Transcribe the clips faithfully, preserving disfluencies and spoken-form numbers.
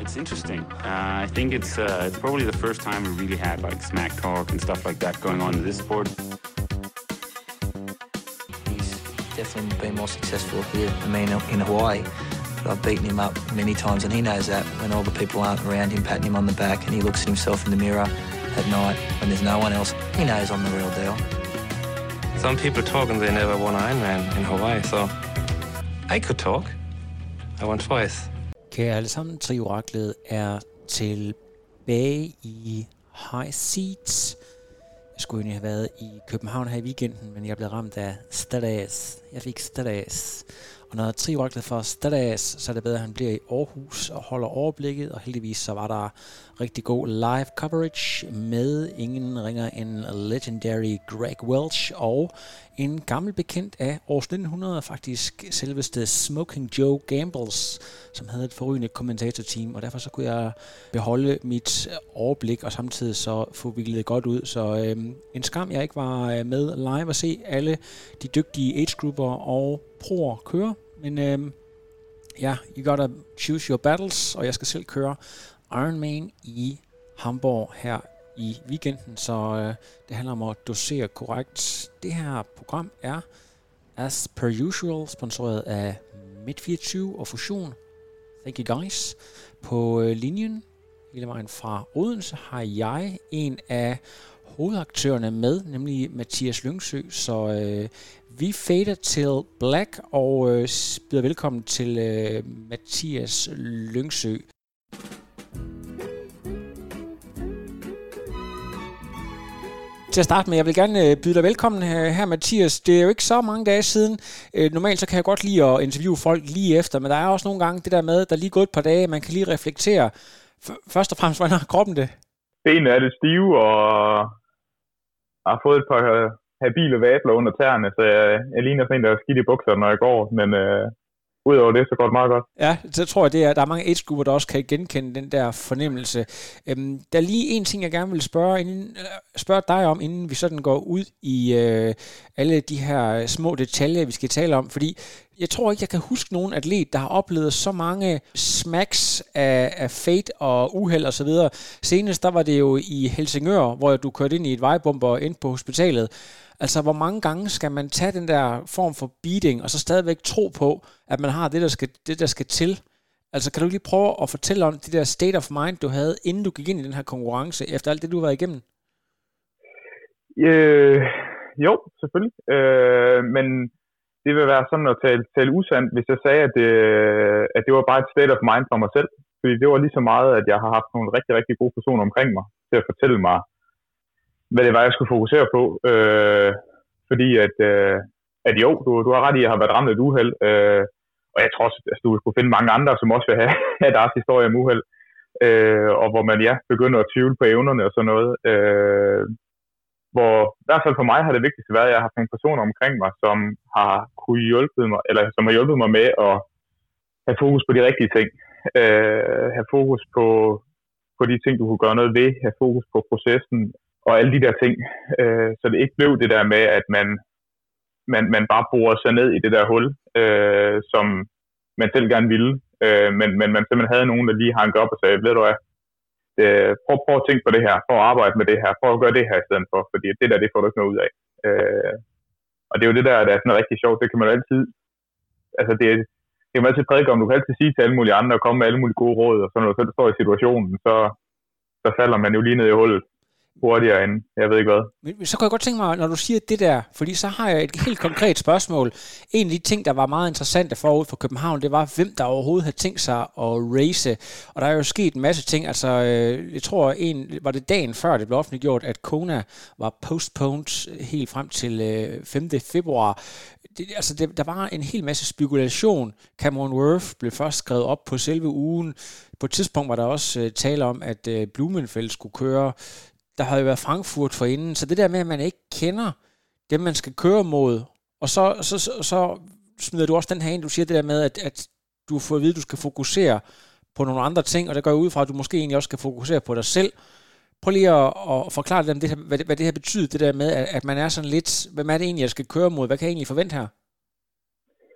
It's interesting. Uh, I think it's uh, it's probably the first time we really had like smack talk and stuff like that going on in this sport. He's definitely been more successful here than me in Hawaii. But I've beaten him up many times, and he knows that when all the people aren't around him patting him on the back and he looks at himself in the mirror at night when there's no one else, he knows I'm the real deal. Some people talk and they never won Ironman in Hawaii, so I could talk. I won twice. Kære alle sammen, Trioraklet er tilbage i High Seats. Jeg skulle egentlig have været i København her i weekenden, men jeg blev ramt af stadas. Jeg fik stadas. Og når Trioraklet får stadas, så er det bedre, at han bliver i Aarhus og holder overblikket. Og heldigvis så var der rigtig god live coverage med ingen ringer end legendary Greg Welch og en gammel bekendt af års nitten hundrede, faktisk selveste Smoking Joe Gambles, som havde et forrygende kommentatorteam, og derfor så kunne jeg beholde mit overblik og samtidig så få viklet godt ud. Så øhm, en skam, jeg ikke var med live og se alle de dygtige age-grupper og proer køre, men øhm, ja, you gotta choose your battles, og jeg skal selv køre Ironman i Hamburg her i weekenden, så øh, det handler om at dosere korrekt. Det her program er, as per usual, sponsoreret af Midt fireogtyve og Fusion. Thank you guys. På øh, linjen, hele vejen fra Odense, har jeg en af hovedaktørerne med, nemlig Mathias Lyngsø. Så øh, vi fader til black og øh, byder velkommen til øh, Mathias Lyngsø. Til at starte med, jeg vil gerne byde dig velkommen her, her, Mathias. Det er jo ikke så mange dage siden. Normalt så kan jeg godt lide at interviewe folk lige efter, men der er også nogle gange det der med, der er lige gået et par dage, man kan lige reflektere. Først og fremmest, hvordan har kroppen det? Benene er det stive, og har fået et par habile vabler under tæerne, så jeg, jeg ligner sådan en, der er skidt i bukser, når jeg går, men øh, udover det, så går det meget godt. Ja, så tror jeg, det er, der er mange age-grupper, der også kan genkende den der fornemmelse. Øhm, der er lige en ting, jeg gerne vil spørge, inden, spørge dig om, inden vi sådan går ud i øh, alle de her små detaljer, vi skal tale om, fordi jeg tror ikke, jeg kan huske nogen atlet, der har oplevet så mange smacks af, af fate og uheld og så videre. Senest, der var det jo i Helsingør, hvor du kørte ind i et vejbomber og endte på hospitalet. Altså, hvor mange gange skal man tage den der form for beating, og så stadigvæk tro på, at man har det, der skal, det, der skal til? Altså, kan du lige prøve at fortælle om det der state of mind, du havde, inden du gik ind i den her konkurrence, efter alt det, du har været igennem? Øh, jo, selvfølgelig. Øh, men det vil være sådan at tale, tale usandt, hvis jeg sagde, at det, at det var bare et state of mind for mig selv. Fordi det var lige så meget, at jeg har haft nogle rigtig, rigtig gode personer omkring mig til at fortælle mig, hvad det var, jeg skulle fokusere på. Øh, fordi at, øh, at jo, du, du har ret i, at jeg har været ramt af et uheld. Øh, og jeg tror også, at du skulle finde mange andre, som også vil have, have deres historie om uheld. Øh, og hvor man, ja, begynder at tvivle på evnerne og sådan noget. Øh, hvor i hvert fald for mig har det vigtigste været, at jeg har haft nogle personer omkring mig, som har kunne hjælpe mig, eller som har hjulpet mig med at have fokus på de rigtige ting. Øh, have fokus på, på de ting, du kunne gøre noget ved. Have fokus på processen og alle de der ting. Øh, så det ikke blev det der med, at man, man, man bare borer sig ned i det der hul, øh, som man selv gerne ville. Øh, men, men man simpelthen havde nogen, der lige hankede op og sagde, ved du hvad, øh, prøv, prøv at tænke på det her, prøv at arbejde med det her, prøv at gøre det her i stedet for, fordi det der, det får du ikke noget ud af. Øh, og det er jo det der, der er sådan rigtig sjovt, det kan man jo altid, altså det, det kan man altid prædike om, du kan altid sige til alle mulige andre, og komme med alle mulige gode råd, og sådan noget, så det står i situationen, så, så falder man jo lige ned i hullet hurtigere end, jeg ved ikke hvad. Men så kan jeg godt tænke mig, når du siger det der, fordi så har jeg et helt konkret spørgsmål. En af de ting, der var meget interessante forud for København, det var, hvem der overhovedet havde tænkt sig at race. Og der er jo sket en masse ting. Altså, jeg tror, en, var det dagen før, det blev offentliggjort, at Kona var postponed helt frem til femte februar. Det, altså, det, der var en hel masse spekulation. Cameron Worth blev først skrevet op på selve ugen. På et tidspunkt var der også uh, tale om, at uh, Blumenfeld skulle køre. Der har jo været Frankfurt forinden, så det der med, at man ikke kender dem, man skal køre mod, og så, så, så, så smider du også den her ind, du siger det der med, at, at du får at vide, at du skal fokusere på nogle andre ting, og det går ud fra, at du måske egentlig også skal fokusere på dig selv. Prøv lige at, at forklare dem, det her, hvad, det, hvad det her betyder, det der med, at, at man er sådan lidt, hvem er det egentlig, jeg skal køre mod, hvad kan jeg egentlig forvente her?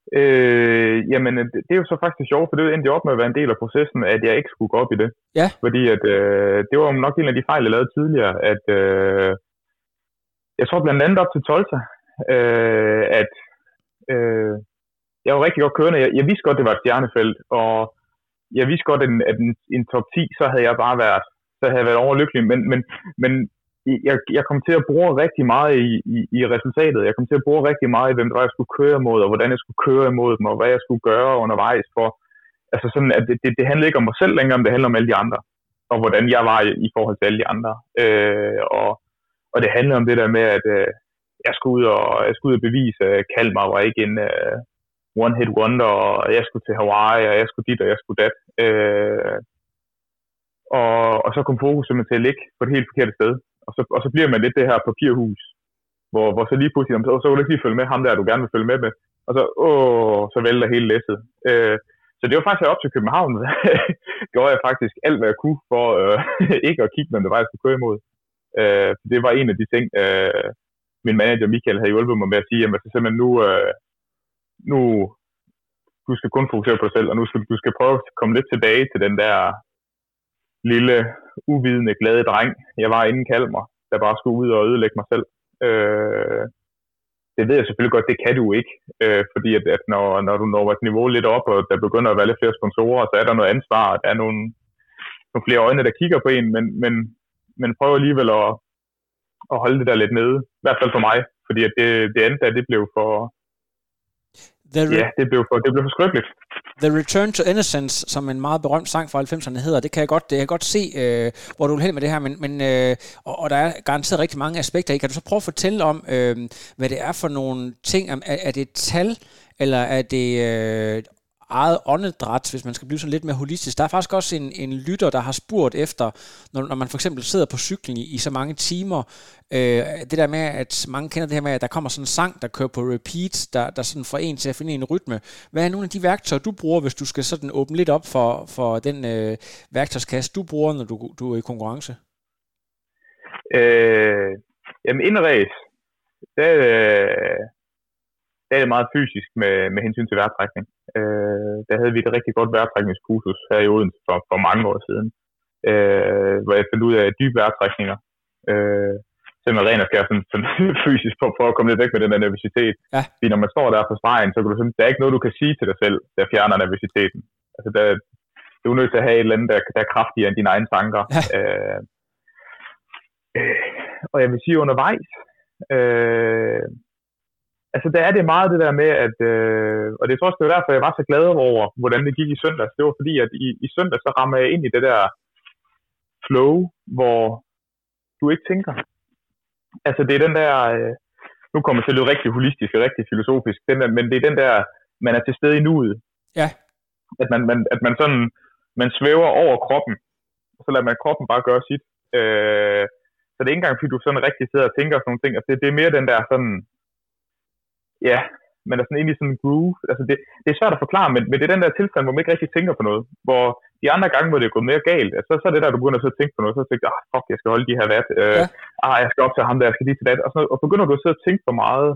Øh, jamen, det, det er jo så faktisk sjovt, for det endte op med at være en del af processen, at jeg ikke skulle gå op i det. Ja. Fordi at, øh, det var nok en af de fejl, jeg lavede tidligere, at øh, jeg tror blandt andet op til tolvte, øh, at øh, jeg var rigtig godt kørende. Jeg, jeg vidste godt, det var et stjernefelt, og jeg vidste godt, at en, at en, en top ti, så havde jeg bare været, så havde jeg været overlykkelig, men, men, men jeg, jeg kom til at bruge rigtig meget i, i, i resultatet. Jeg kom til at bruge rigtig meget i, hvem det var, jeg skulle køre imod, og hvordan jeg skulle køre imod dem, og hvad jeg skulle gøre undervejs for. Altså sådan, at det, det, det handlede ikke om mig selv længere, men det handlede om alle de andre, og hvordan jeg var i, i forhold til alle de andre. Øh, og, og det handlede om det der med, at øh, jeg skulle ud og, jeg skulle ud og bevise, at Kalmar var ikke en uh, one-hit wonder, og jeg skulle til Hawaii, og jeg skulle dit, og jeg skulle dat. Øh, og, og så kom fokus simpelthen til at ligge på det helt forkerte sted. Og så, og så bliver man lidt det her papirhus, hvor, hvor så lige pludselig, så, så vil du ikke lige følge med ham der, du gerne vil følge med med. Og så, åh, så vælter hele læsset. Øh, så det var faktisk op til København, gjorde jeg faktisk alt, hvad jeg kunne, for øh, ikke at kigge, hvem det var, jeg skulle køre imod. Øh, det var en af de ting, øh, min manager Michael havde hjulpet mig med at sige, jamen så simpelthen nu, øh, nu, du skal kun fokusere på dig selv, og nu skal du skal prøve at komme lidt tilbage til den der lille, uvidende, glade dreng, jeg var inde i Kalmar, der bare skulle ud og ødelægge mig selv. Øh, det ved jeg selvfølgelig godt, det kan du ikke, øh, fordi at, at når, når du når et niveau lidt op, og der begynder at være lidt flere sponsorer, så er der noget ansvar, og der er nogle, nogle flere øjne, der kigger på en, men, men, men prøv alligevel at, at holde det der lidt nede, i hvert fald for mig, fordi at det, det andet der, det blev for, re- ja, det blev for, det blev for skrøbeligt. The Return to Innocence, som en meget berømt sang fra halvfemserne hedder, det kan jeg godt, det kan jeg godt se, øh, hvor du vil hen med det her, men, men øh, og, og der er garanteret rigtig mange aspekter i. Kan du så prøve at fortælle om, øh, hvad det er for nogle ting? Er, er det et tal, eller er det øh, eget åndedræt, hvis man skal blive sådan lidt mere holistisk? Der er faktisk også en, en lytter, der har spurgt efter, når, når man for eksempel sidder på cyklen i, i så mange timer, øh, det der med, at mange kender det her med, at der kommer sådan en sang, der kører på repeat, der, der sådan får en til at finde en rytme. Hvad er nogle af de værktøjer, du bruger, hvis du skal sådan åbne lidt op for, for den øh, værktøjskasse, du bruger, når du, du er i konkurrence? Øh, jamen, indræs, det er, det er meget fysisk med, med hensyn til vejrtrækning. Øh, der havde vi et rigtig godt vejrtrækningskursus her i Odense for, for mange år siden, øh, hvor jeg fandt ud af dybe vejrtrækninger. Øh, simpelthen ren og skær sådan, sådan fysisk for, for at komme lidt væk med den der nervøsitet. Ja. Fordi når man står der på stregen, så kan du sådan, der er ikke noget, du kan sige til dig selv, der fjerner nervøsiteten. Altså, der, du er nødt til at have et eller andet, der, der er kraftigere end dine egne tanker. Ja. Øh, øh, og jeg vil sige undervejs, øh, altså der er det meget det der med, at, øh, og det tror jeg også, det var derfor, jeg var så glad over, hvordan det gik i søndags. Det var fordi, at i, i søndags, så rammer jeg ind i det der flow, hvor du ikke tænker. Altså det er den der, øh, nu kommer det til at lyde rigtig holistisk og rigtig filosofisk, den der, men det er den der, man er til stede i nuet. Ja. At man, man, at man sådan, man svæver over kroppen, og så lader man kroppen bare gøre sit. Øh, så det er ikke engang, fordi du sådan rigtig sidder og tænker sådan nogle ting. Altså det, det er mere den der sådan, ja, man er sådan inde i sådan en groove. Altså det, det er svært at forklare, men, men det er den der tilstand, hvor man ikke rigtig tænker på noget. Hvor de andre gange, hvor det er gået mere galt, altså, så er det der, du begynder at tænke på noget, så tænker du, ah, fuck, jeg skal holde de her vat. Øh, ja. Ah, jeg skal op til ham der, jeg skal lige til dat. Og, sådan, og begynder du at sidde og tænke for meget,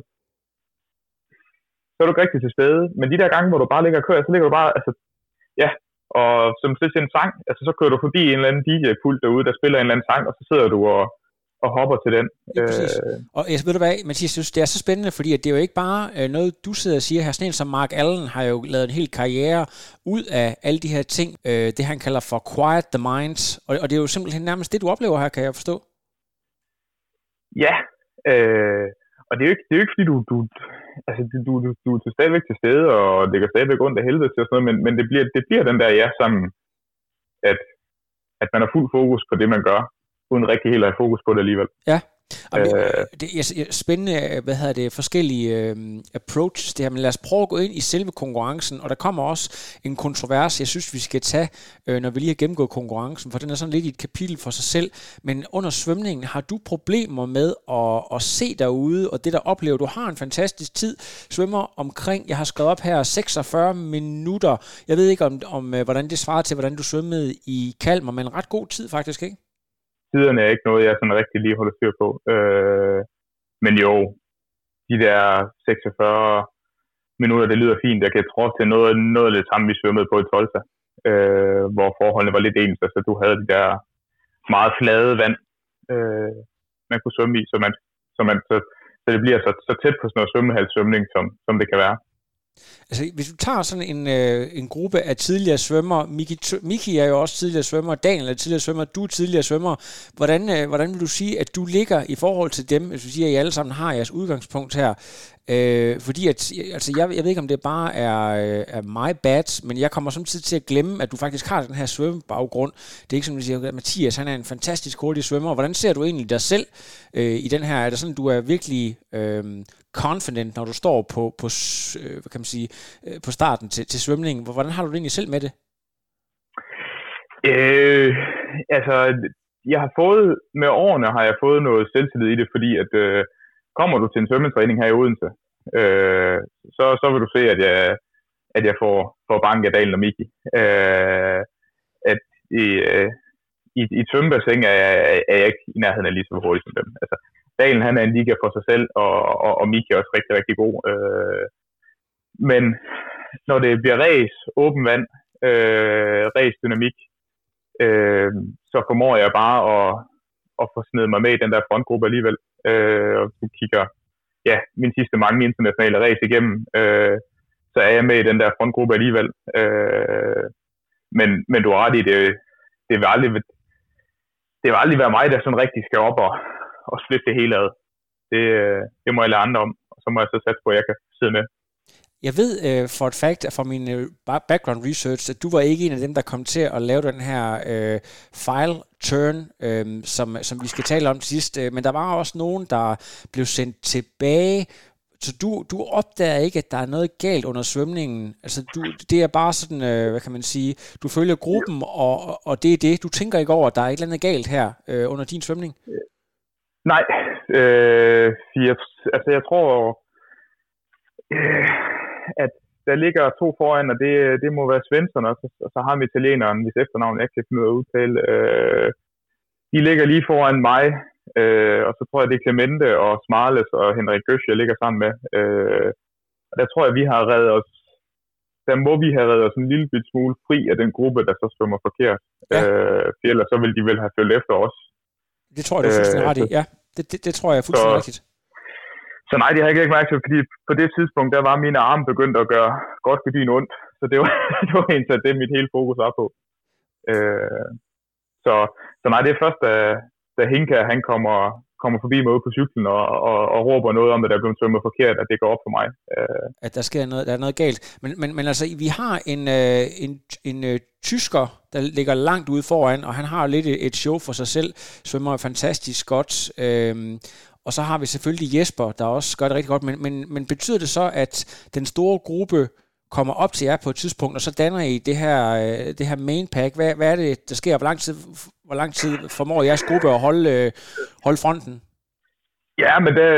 så er du ikke rigtig til stede. Men de der gange, hvor du bare ligger og kører, så ligger du bare, altså, ja, og som hvis en sang, altså så kører du forbi en eller anden D J-pult derude, der spiller en eller anden sang, og så sidder du og og hopper til den. Ja, præcis. Øh... Og jeg ved du hvad, Mathias, jeg synes, det er så spændende, fordi at det er jo ikke bare øh, noget, du sidder og siger her. Sådan en som Mark Allen har jo lavet en hel karriere ud af alle de her ting, øh, det han kalder for quiet the mind, og, og det er jo simpelthen nærmest det, du oplever her, kan jeg forstå? Ja, øh, og det er jo ikke, det er jo ikke fordi du, du, altså, du, du, du er stadigvæk til stede, og ligger stadigvæk rundt af helvede til og sådan noget, men, men det, bliver, det bliver den der, ja, sådan, at, at man har fuld fokus på det, man gør, uden rigtig helt at have fokus på det alligevel. Ja, øh, det er spændende, hvad hedder det, forskellige øh, approaches det her, men lad os prøve at gå ind i selve konkurrencen, og der kommer også en kontrovers, jeg synes, vi skal tage, øh, når vi lige har gennemgået konkurrencen, for den er sådan lidt i et kapitel for sig selv, men under svømningen har du problemer med at, at se derude, og det der oplever, du har en fantastisk tid, svømmer omkring, jeg har skrevet op her, seksogfyrre minutter, jeg ved ikke om, om hvordan det svarer til, hvordan du svømmede i Kalmar, men en ret god tid faktisk, ikke? Tiderne er ikke noget, jeg sådan rigtig lige holder styr på. Øh, men jo, de der seksogfyrre minutter, det lyder fint. Jeg kan tro til noget, noget af det samme, vi svømmede på i Tolsa, øh, hvor forholdene var lidt ens. Altså, du havde de der meget flade vand, øh, man kunne svømme i, så, man, så, man, så, så det bliver så, så tæt på sådan noget svømmehalssvømning, som, som det kan være. Altså, hvis du tager sådan en, øh, en gruppe af tidligere svømmer, Miki, Miki er jo også tidligere svømmer, Daniel er tidligere svømmer, du er tidligere svømmer. Hvordan, øh, hvordan vil du sige, at du ligger i forhold til dem, hvis du siger, at I alle sammen har jeres udgangspunkt her? Øh, fordi at, altså, jeg, jeg ved ikke, om det bare er, er my bad, men jeg kommer samtidig til at glemme, at du faktisk har den her svømmebaggrund. Det er ikke som du siger, at Mathias, han er en fantastisk hurtig svømmer. Hvordan ser du egentlig dig selv øh, i den her? Er det sådan, at du er virkelig øh, confident, når du står på, på, øh, hvad kan man sige, øh, på starten til, til svømningen? Hvordan har du det egentlig selv med det? Øh, altså, jeg har fået, med årene har jeg fået noget selvtillid i det, fordi at øh, kommer du til en svømmetræning her i Odense, øh, så, så vil du se, at jeg, at jeg får, får bank af Daniel og Miki. Øh, at i, øh, i, i et svømmebassin er jeg, er jeg ikke i nærheden af lige så hurtigt som dem. Altså, Daniel, han er en liga for sig selv, og, og, og Miki er også rigtig, rigtig god. Øh, men når det bliver ræs, åben vand, øh, ræs dynamik, øh, så formår jeg bare at, at få snedet mig med i den der frontgruppe alligevel. Øh, og du kigger ja, min sidste mange internationale race igennem, øh, så er jeg med i den der frontgruppe alligevel. Øh, men, men du har ret i, det, det, vil aldrig, det vil aldrig være mig, der sådan rigtig skal op og, og splitte det hele ad. Det, det må jeg lade andre om, og så må jeg så satse på, at jeg kan sidde med. Jeg ved uh, for et fact fra min uh, background research, at du var ikke en af dem, der kom til at lave den her uh, file turn, uh, som, som vi skal tale om til sidst. Uh, men der var også nogen, der blev sendt tilbage. Så du, du opdager ikke, at der er noget galt under svømningen. Altså, du, det er bare sådan, uh, hvad kan man sige, du følger gruppen, og, og det er det. Du tænker ikke over, at der er et eller andet galt her uh, under din svømning? Nej. Øh, jeg, altså, jeg tror... Øh, at der ligger to foran, og det, det må være Svensson også, og så har vi italieneren, hvis efternavn jeg kan finde ud af at udtale. Øh, de ligger lige foran mig, øh, og så tror jeg, det er Clemente og Smarles og Henrik Gøsch, jeg ligger sammen med. Øh, og der tror jeg, vi har reddet os, der må vi have reddet os en lille bit smule fri af den gruppe, der så svømmer forkert. Ja. Øh, for ellers så vil de vel have følt efter os. Det tror jeg, du er fuldstændig ret i, ja. Det, det, det tror jeg er fuldstændig rigtigt. Så nej, det har jeg ikke mærket til, fordi på det tidspunkt, der var mine arme begyndt at gøre godt gedyn ondt. Så det var, det var egentlig det, mit hele fokus var på. Øh, så, så nej, det er først, da, da Hinka, han kommer, kommer forbi mig ude på cyklen og, og, og råber noget om, at der er blevet svømmet forkert, at det går op for mig. Øh. At der sker noget, der er noget galt. Men, men, men altså, vi har en, øh, en, en øh, tysker, der ligger langt ude foran, og han har lidt et show for sig selv, svømmer fantastisk godt. Øh, Og så har vi selvfølgelig Jesper, der også gør det rigtig godt. Men, men, men betyder det så, at den store gruppe kommer op til jer på et tidspunkt, og så danner I det her, det her main pack? Hvad, hvad er det, der sker? Hvor lang tid, hvor lang tid formår jeres gruppe at holde, holde fronten? Ja, men det,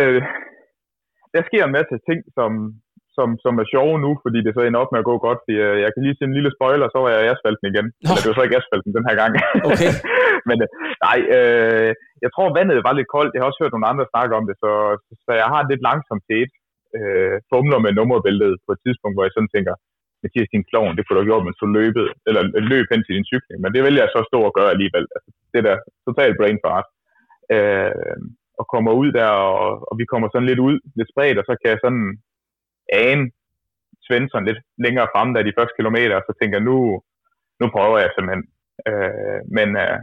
der sker en masse ting, som, som, som er sjove nu, fordi det så ender op med at gå godt. Fordi jeg kan lige se en lille spoiler, så var jeg i asfalten igen. Nå. Eller det var så ikke asfalten den her gang. Okay. Men nej, øh, jeg tror vandet var lidt koldt. Jeg har også hørt nogle andre snakke om det, så, så jeg har et lidt langsomt set. Øh, fumler med nummerbæltet på et tidspunkt, hvor jeg sådan tænker, Mathias, din klovn, det kunne du have gjort, men så løbet, eller løb hen til din cykling. Men det vælger jeg så stå og gøre alligevel. Altså, det der totalt brain fart. Øh, og kommer ud der, og, og vi kommer sådan lidt ud, lidt spredt, og så kan jeg sådan ane Svensson lidt længere frem, der de første kilometer, og så tænker jeg, nu, nu prøver jeg simpelthen. Øh, men øh,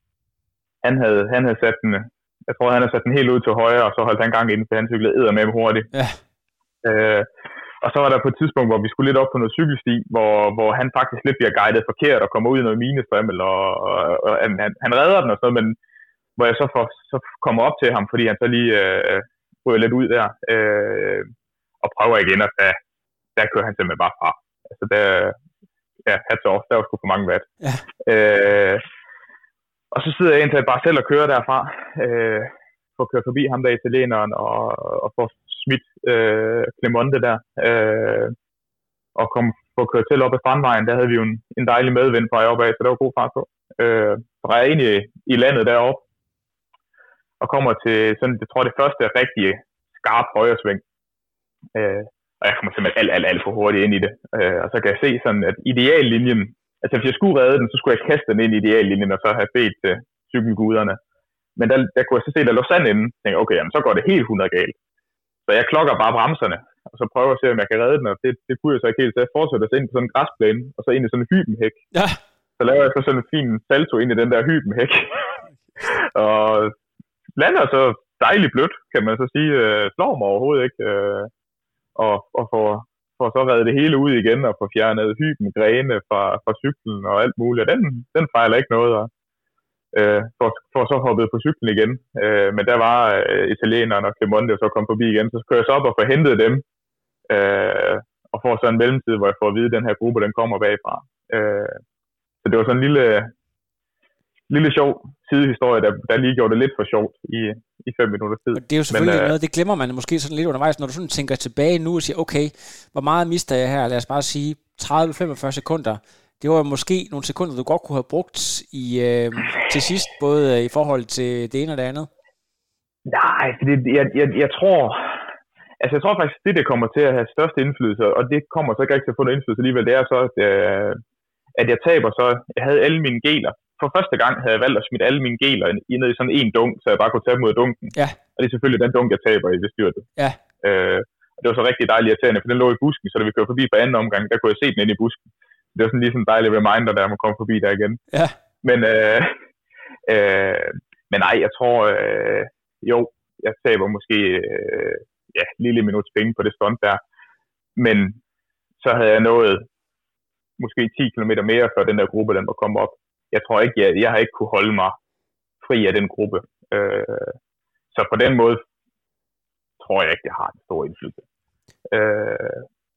han, havde, han havde sat den, jeg tror, han havde sat den helt ud til højre, og så holdt han gang inden, for han cyklede eddermame hurtigt. Ja. Øh, og så var der på et tidspunkt, hvor vi skulle lidt op på noget cykelsti, hvor, hvor han faktisk lidt bliver guidet forkert, og kommer ud i noget minestrømmel, og, og, og han, han redder den og sådan noget, men hvor jeg så, får, så kommer op til ham, fordi han så lige øh, ryger lidt ud der, øh, og prøver igen, og der, der kører han simpelthen bare fra. Altså der, ja, hats off, der var sgu for mange watt. Ja. Øh, og så sidder jeg indtil bare selv og kører derfra, øh, for at køre forbi ham der italieneren, og, og får smidt øh, Clemente der, øh, og kom for at køre til op ad Strandvejen. Der havde vi jo en, en dejlig medvind på vej opad, så der var god fart på. Øh, så er jeg ind i, i landet deroppe, og kommer til sådan, jeg tror det første rigtige skarp højresving. Øh, og jeg kommer simpelthen alt, alt, alt for hurtigt ind i det. Øh, og så kan jeg se sådan, at ideallinjen, altså hvis jeg skulle redde den, så skulle jeg kaste den ind i ideallinjen, og så have bedt til cykelguderne. Men der, der kunne jeg så se, der lå sand inden. Jeg tænkte, okay, jamen, så går det helt hundrede galt. Så jeg klokker bare bremserne, og så prøver at se, om jeg kan redde den, og det, det kunne jeg så ikke helt. Så jeg fortsætter så ind på sådan en græsplæne, og så ind i sådan en hybenhæk. Ja. Så laver jeg så sådan en fin salto ind i den der hybenhæk. og lander så dejligt blødt, kan man så sige. Øh, slår mig overhovedet ikke. Øh, og og får, får så reddet det hele ud igen, og får fjernet hyben, grene fra, fra cyklen og alt muligt. Og den, den fejler ikke noget, og øh, får, får så hoppet på cyklen igen. Øh, men der var øh, italieneren og Clemonte så kom forbi igen, så kører jeg så op og får hentet dem. Øh, og får så en mellemtid, hvor jeg får at vide, at den her gruppe, den kommer bagfra. Øh, så det var sådan en lille, lille sjov sidehistorie, der, der lige gjorde det lidt for sjovt i, i fem minutters tid. Og det er jo selvfølgelig Men, øh, noget, det glemmer man måske sådan lidt undervejs, når du sådan tænker tilbage nu og siger, okay, hvor meget mister jeg her? Lad os bare sige tredive til femogfyrre sekunder. Det var måske nogle sekunder, du godt kunne have brugt i, øh, til sidst, både i forhold til det ene og det andet. Nej, fordi jeg, jeg, jeg tror... Altså, jeg tror faktisk, det, det kommer til at have største indflydelse, og det kommer så ikke rigtig til at få noget indflydelse alligevel, det er så, at, øh, at jeg taber så... Jeg havde alle mine geler. For første gang havde jeg valgt at smide alle mine geler ned i sådan en dunk, så jeg bare kunne tage dem ud af dunken. Ja. Og det er selvfølgelig den dunk, jeg taber i ved styrtet. Ja. Øh, og det var så rigtig dejligt irriterende, for den lå i busken, så da vi kørte forbi på anden omgang, der kunne jeg se den inde i busken. Det var sådan lige sådan en dejlig reminder, der må komme forbi der igen. Ja. Men, øh, øh, men nej, jeg tror, øh, jo, jeg taber måske øh, ja, lille minuts penge på det stunt der. Men så havde jeg nået måske ti kilometer mere, før den der gruppe, den var kommet op. Jeg tror ikke, jeg, jeg har ikke kunne holde mig fri af den gruppe. Øh, så på den måde tror jeg ikke, jeg har en stor indflydelse. Øh,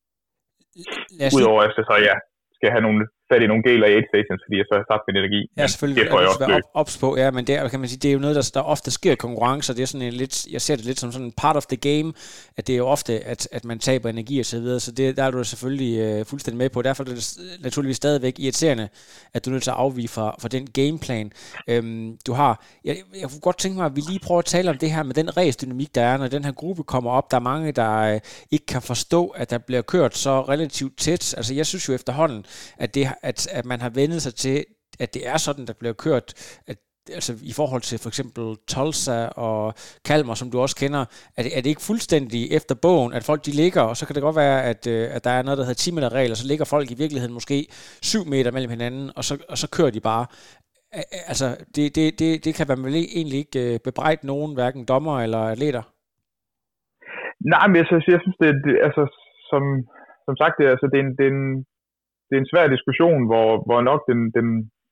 Udover at så ja, skal jeg have nogle fat i nogle geler i aid stations, fordi jeg så har tabt min energi. Ja, selvfølgelig. Det får jeg også op, ops på, ja, men det er, kan man sige, det er jo noget, der, der ofte sker i konkurrencer. Det er sådan en lidt, jeg ser det lidt som sådan en part of the game, at det er jo ofte, at, at man taber energi og så videre, så det, der er du selvfølgelig uh, fuldstændig med på. Derfor er det naturligvis stadigvæk irriterende, at du er nødt til at afvige fra, fra den gameplan, øhm, du har. Jeg, jeg kunne godt tænke mig, at vi lige prøver at tale om det her med den race-dynamik, der er, når den her gruppe kommer op. Der er mange, der uh, ikke kan forstå, at der bliver kørt så relativt tæt. Altså, jeg synes jo efterhånden, at det At, at man har vendet sig til, at det er sådan, der bliver kørt, at, altså i forhold til for eksempel Tulsa og Kalmar, som du også kender, er det, er det ikke fuldstændig efter bogen, at folk de ligger, og så kan det godt være, at, at der er noget, der hedder ti meter regel, og så ligger folk i virkeligheden måske syv meter mellem hinanden, og så, og så kører de bare. Altså, det, det, det, det kan man vel egentlig ikke bebrejde nogen, hverken dommer eller atleter? Nej, men jeg synes, jeg synes det, det altså, som, som sagt, det, altså, det er en, det er en Det er en svær diskussion, hvor, hvor nok den, den,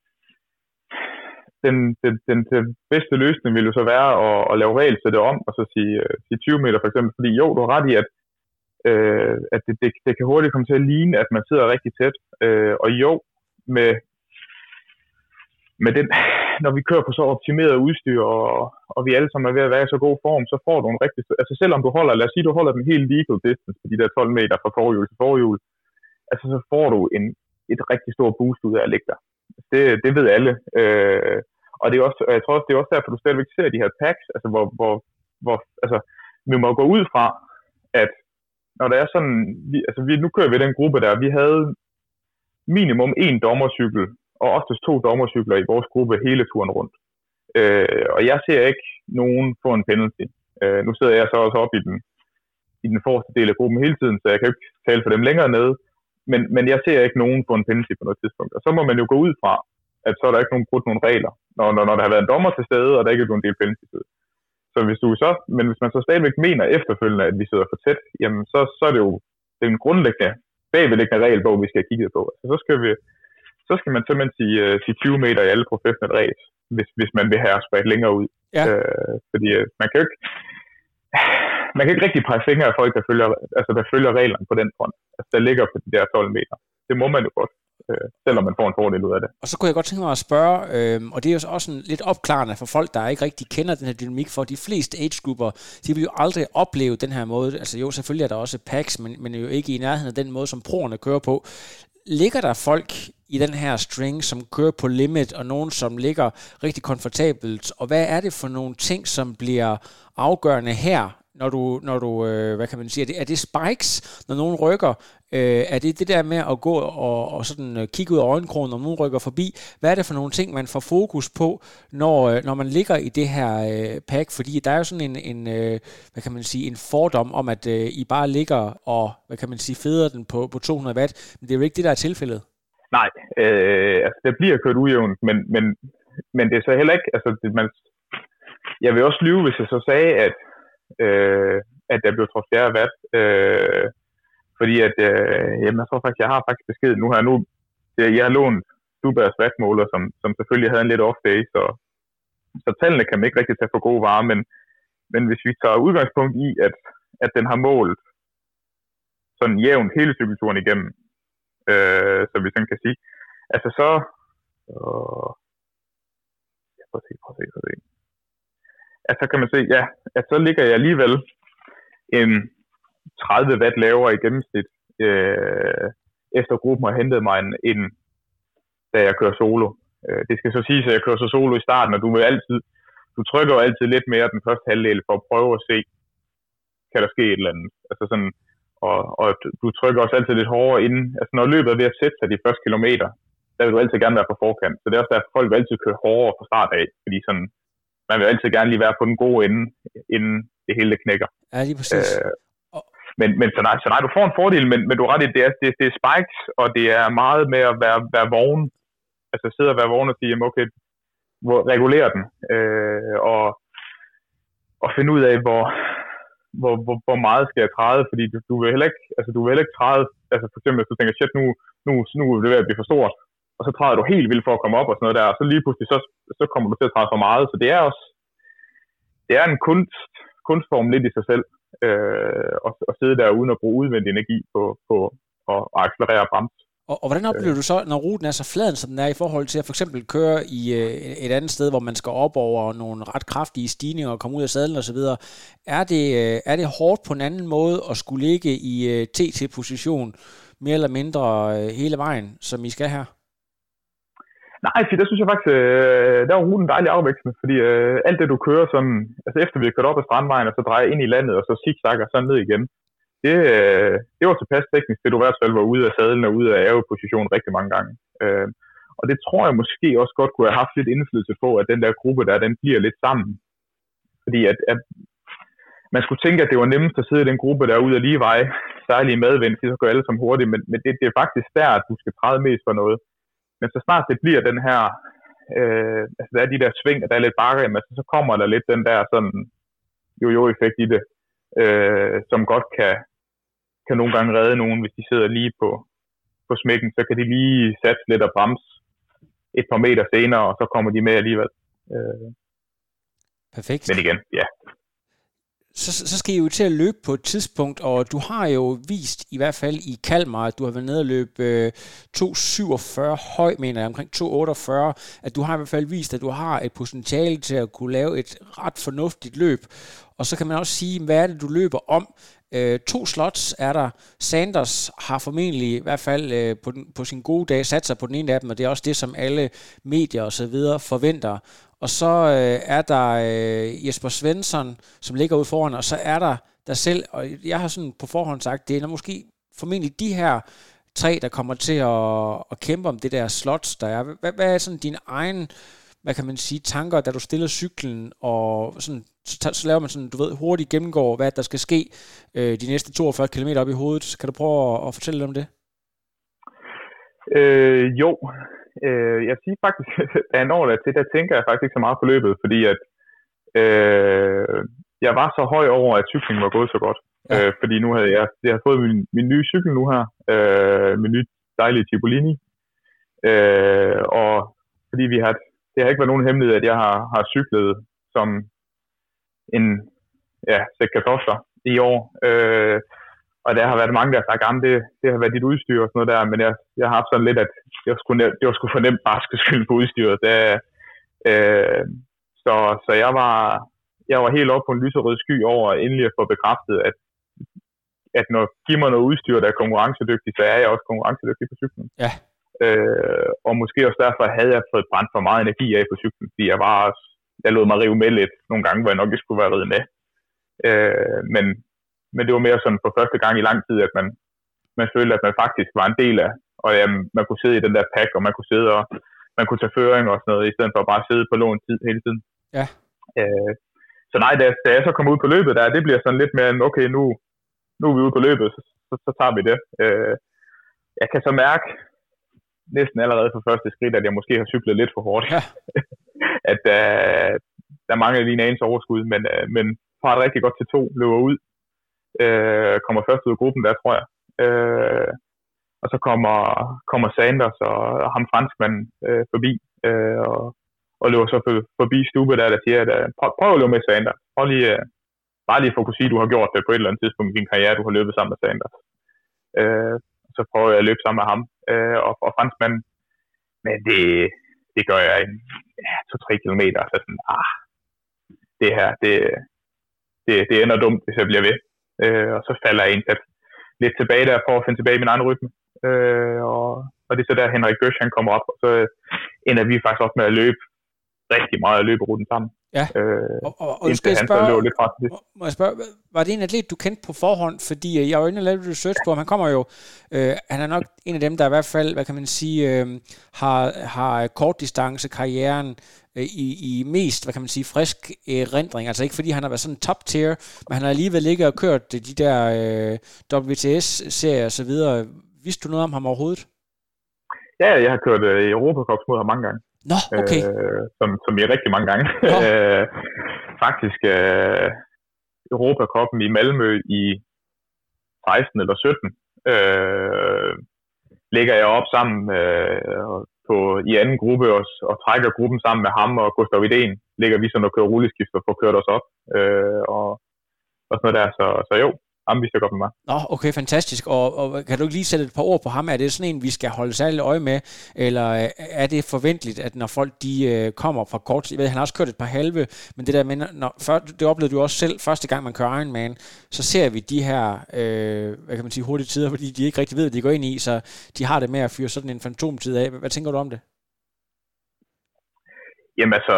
den, den, den, den bedste løsning vil jo så være at, at lave regelsættet om, og så sige, sige tyve meter for eksempel. Fordi jo, du har ret i, at, øh, at det, det, det kan hurtigt komme til at ligne, at man sidder rigtig tæt. Øh, og jo, med, med den, når vi kører på så optimeret udstyr, og, og vi alle sammen er ved at være i så god form, så får du en rigtig... Altså selvom du holder, lad os sige, du holder den helt legal distance på de der tolv meter fra forhjul til forhjul, altså så får du en, et rigtig stort boost ud af at ligge der. Det, det ved alle. Øh, og det er også, jeg tror også, det er også derfor, du stadigvæk ser de her packs, altså hvor, hvor, hvor altså, vi må gå ud fra, at når der er sådan, vi, altså vi, nu kører vi den gruppe der, vi havde minimum en dommercykel, og oftest to dommercykler i vores gruppe hele turen rundt. Øh, og jeg ser ikke nogen få en penalty. Øh, nu sidder jeg så også op i den, i den forreste del af gruppen hele tiden, så jeg kan ikke tale for dem længere nede. Men, men jeg ser ikke nogen få en penalty på noget tidspunkt. Og så må man jo gå ud fra, at så er der ikke nogen brudt nogen regler, når, når, når der har været en dommer til stede, og der ikke er blevet en del penalty. Så hvis du så, men hvis man så stadigvæk mener efterfølgende, at vi sidder for tæt, jamen så, så er det jo den grundlæggende, bagvedliggende regelbog, vi skal have kigget på. Altså, så skal vi, så skal man simpelthen sige, uh, sige tyve meter i alle professionelle race, hvis, hvis man vil have spredt længere ud. Ja. Uh, fordi uh, man kan jo ikke, man kan ikke rigtig pege fingre af folk, der følger, altså, der følger reglerne på den front. Altså, der ligger på de der tolv meter. Det må man jo godt, øh, selvom man får en fordel ud af det. Og så kunne jeg godt tænke mig at spørge, øh, og det er jo også sådan lidt opklarende for folk, der ikke rigtig kender den her dynamik, for de fleste age-grupper, de vil jo aldrig opleve den her måde. Altså jo, selvfølgelig er der også packs, men, men jo ikke i nærheden af den måde, som proerne kører på. Ligger der folk i den her string, som kører på limit, og nogen, som ligger rigtig komfortabelt? Og hvad er det for nogle ting, som bliver afgørende her, når du, når du øh, hvad kan man sige, er det, er det spikes, når nogen rykker? Øh, er det det der med at gå og, og sådan øh, kigge ud af øjenkrogen, når nogen rykker forbi? Hvad er det for nogle ting, man får fokus på, når, øh, når man ligger i det her øh, pack? Fordi der er jo sådan en, en øh, hvad kan man sige, en fordom om, at øh, I bare ligger og, hvad kan man sige, feder den på, på to hundrede watt. Men det er jo ikke det, der er tilfældet. Nej, øh, altså det bliver kørt ujævnt, men, men, men det er så heller ikke, altså det, man, jeg vil også lyve, hvis jeg så sagde, at, øh, at der blev trods fjerde watt, øh, fordi at, øh, jamen jeg tror faktisk, jeg har faktisk besked nu her, nu, jeg har lånt Dubergs wattmåler, som, som selvfølgelig havde en lidt off day, så, så tallene kan man ikke rigtig tage for gode varer, men, men hvis vi tager udgangspunkt i, at, at den har målt sådan jævnt hele cykelturen igennem, øh, så vi sådan kan sige, altså så, øh, jeg prøver at se, prøver at se, prøver at se. Altså kan man se, ja, at så ligger jeg alligevel en tredive watt lavere i gennemsnit, øh, efter gruppen har hentet mig en, en da jeg kører solo. Øh, det skal så siges, at jeg kører så solo i starten, og du vil altid, du trykker jo altid lidt mere den første halvdel for at prøve at se, kan der ske et eller andet. Altså sådan, og, og du trykker også altid lidt hårdere inden, altså når løbet er ved at sætte sig de første kilometer, der vil du altid gerne være på forkant. Så det er også derfor, folk vil altid køre hårdere fra start af, fordi sådan, man vil altid gerne lige være på den gode ende, inden det hele knækker. Ja, lige præcis. Øh, men, men så, nej, så nej, du får en fordel, men, men du er ret i, det er, det, det er spikes, og det er meget med at være, være vågen. Altså sidde og være vågen og sige, okay, hvor, regulere den, øh, og, og finde ud af, hvor, hvor, hvor, hvor meget skal jeg træde, fordi du, du vil heller ikke, altså du vil heller ikke træde, altså for eksempel, hvis du tænker, shit, nu, nu, nu er det ved at blive for stort, og så træder du helt vildt for at komme op og sådan noget der, og så lige pludselig, så, så kommer du til at træde for meget, så det er også, det er en kunst, kunstform lidt i sig selv, øh, og, og sidde der uden at bruge udvendig energi på, på at accelerere og bremse. Og, og hvordan oplever du så, når ruten er så flad, som den er, i forhold til at for eksempel køre i øh, et andet sted, hvor man skal op over nogle ret kraftige stigninger og komme ud af sadlen osv.? Er det, øh, er det hårdt på en anden måde at skulle ligge i øh, T T-position mere eller mindre øh, hele vejen, som I skal her? Nej, for der synes jeg faktisk, øh, der var ruten dejligt afvekslende, fordi øh, alt det du kører sådan, altså efter vi har kørt op ad Strandvejen, og så drejer ind i landet, og så zigzagger sådan ned igen, det, øh, det var tilpas teknisk, det du i hvert fald var ude af sadlen og ude af ærgeposition rigtig mange gange. Øh, og det tror jeg måske også godt kunne have haft lidt indflydelse på, at den der gruppe der, den bliver lidt sammen. Fordi at, at man skulle tænke, at det var nemmest at sidde i den gruppe der ude af lige vej, særligt i medvind, så går alle som hurtigt, men, men det, det er faktisk der, at du skal træde mest for noget. Men så snart det bliver den her, øh, altså der er de der sving, og der er lidt bakke, men så kommer der lidt den der sådan jo-jo-effekt i det, øh, som godt kan, kan nogle gange redde nogen, hvis de sidder lige på, på smækken, så kan de lige satse lidt og bremse et par meter senere, og så kommer de med alligevel. Øh. Perfekt. Men igen, ja. Så, så skal I jo til at løbe på et tidspunkt, og du har jo vist, i hvert fald i Kalmar, at du har været nede og løbe øh, to syvogfyrre høj, mener jeg, omkring to otteogfyrre, at du har i hvert fald vist, at du har et potentiale til at kunne lave et ret fornuftigt løb. Og så kan man også sige, hvad er det, du løber om? Øh, to slots er der. Sanders har formentlig, i hvert fald øh, på, den, på sin gode dag, sat sig på den ene af dem, og det er også det, som alle medier og så videre forventer. Og så øh, er der øh, Jesper Svensson, som ligger ude foran, og så er der der selv, og jeg har sådan på forhånd sagt, det er måske formentlig de her tre, der kommer til at, at kæmpe om det der slots, der er. Hvad, hvad er sådan din egen, hvad kan man sige, tanker, da du stiller cyklen, og sådan, så, så laver man sådan, du ved, hurtigt gennemgår, hvad der skal ske øh, de næste toogfyrre kilometer op i hovedet. Kan du prøve at, at fortælle lidt om det? Øh, jo. Øh, jeg siger faktisk, da jeg når der til, der tænker jeg faktisk ikke så meget på løbet, fordi at øh, jeg var så høj over, at cyklingen var gået så godt. Ja. Øh, fordi nu havde jeg, jeg havde fået min, min nye cykel nu her, øh, min nye dejlige Cipollini. Øh, og fordi vi har, det har ikke været nogen hemmelighed, at jeg har, har cyklet som en ja, sæk kartofler i år. Øh, og der har været mange, der har sagt, at det, det har været dit udstyr og sådan noget der, men jeg, jeg har haft sådan lidt, at det var sgu, det var sgu for nemt bare at skulle skylde på udstyret. Det, øh, så, så jeg var, jeg var helt oppe på en lyserød sky over endelig at få bekræftet, at, at når giver mig noget udstyr, der er konkurrencedygtigt, så er jeg også konkurrencedygtig på cyklen. Ja. Øh, og måske også derfor havde jeg fået brændt for meget energi af på cyklen, fordi jeg var også, jeg lod mig rive med lidt nogle gange, hvor jeg nok ikke skulle være reddet med. Øh, men, men det var mere sådan for første gang i lang tid, at man, man følte, at man faktisk var en del af, og jamen, man kunne sidde i den der pack, og man kunne sidde og man kunne tage føring og sådan noget, i stedet for at bare sidde på lån tid hele tiden. Ja. Øh, så nej, da, da jeg så kom ud på løbet der, det bliver sådan lidt mere, okay, nu, nu er vi ude på løbet, så, så, så tager vi det. Øh, jeg kan så mærke, næsten allerede på første skridt, at jeg måske har cyklet lidt for hårdt. Ja. at uh, der mangler lige en anelse overskud, men, uh, men får det rigtig godt til to, løber ud. Uh, kommer først ud af gruppen der, tror jeg. Uh, og så kommer, kommer Sanders og ham franskmanden uh, forbi, uh, og, og løber så for, forbi Stube der, der siger, at uh, prøv, prøv at løbe med Sanders. Prøv lige, uh, bare lige for at kunne sige, at du har gjort det på et eller andet tidspunkt i din karriere, du har løbet sammen med Sanders. Uh, så prøver jeg at løbe sammen med ham uh, og, og franskmanden. Men det, det gør jeg en ja, to-tre kilometer, så sådan, ah, det her, det, det, det ender dumt, hvis jeg bliver ved. Øh, og så falder jeg egentlig lidt tilbage der, for at finde tilbage i min egen rytme. Øh, og, og det er så der, Henrik Gösch, han kommer op, og så ender vi faktisk op med at løbe rigtig meget af løberuten sammen. Ja, øh, og, og, og skal jeg spørge, lidt fra, må jeg spørge, var det en atlet, du kendte på forhånd? Fordi jeg har jo inde og lavet research på ham, han kommer jo, øh, han er nok en af dem, der i hvert fald, hvad kan man sige, øh, har, har kortdistance-karrieren øh, i, i mest, hvad kan man sige, frisk erindring. Altså ikke fordi han har været sådan top tier, men han har alligevel ligget og kørt de der øh, W T S-serier og så videre. Vidste du noget om ham overhovedet? Ja, jeg har kørt øh, Europacups mod ham mange gange. Nå, okay. Øh, som, som i rigtig mange gange. øh, faktisk øh, Europacupen i Malmø i seksten eller sytten øh, ligger jeg op sammen øh, på, i anden gruppe og, og trækker gruppen sammen med ham og Gustav Idén. Ligger vi sådan og kører rulleskifter for at køre os op øh, og, og sådan noget der. Så, så jo, ham vidste jeg godt med mig. Nå, okay, fantastisk. Og, og kan du ikke lige sætte et par ord på ham? Er det sådan en, vi skal holde særligt øje med? Eller er det forventeligt, at når folk de øh, kommer fra kort tid, jeg ved, han har også kørt et par halve, men det der med, når, før, det oplevede du også selv, første gang man kører Ironman, så ser vi de her, øh, hvad kan man sige, hurtige tider, fordi de ikke rigtig ved, hvad de går ind i, så de har det med at fyre sådan en fantomtid af. Hvad, hvad tænker du om det? Jamen altså,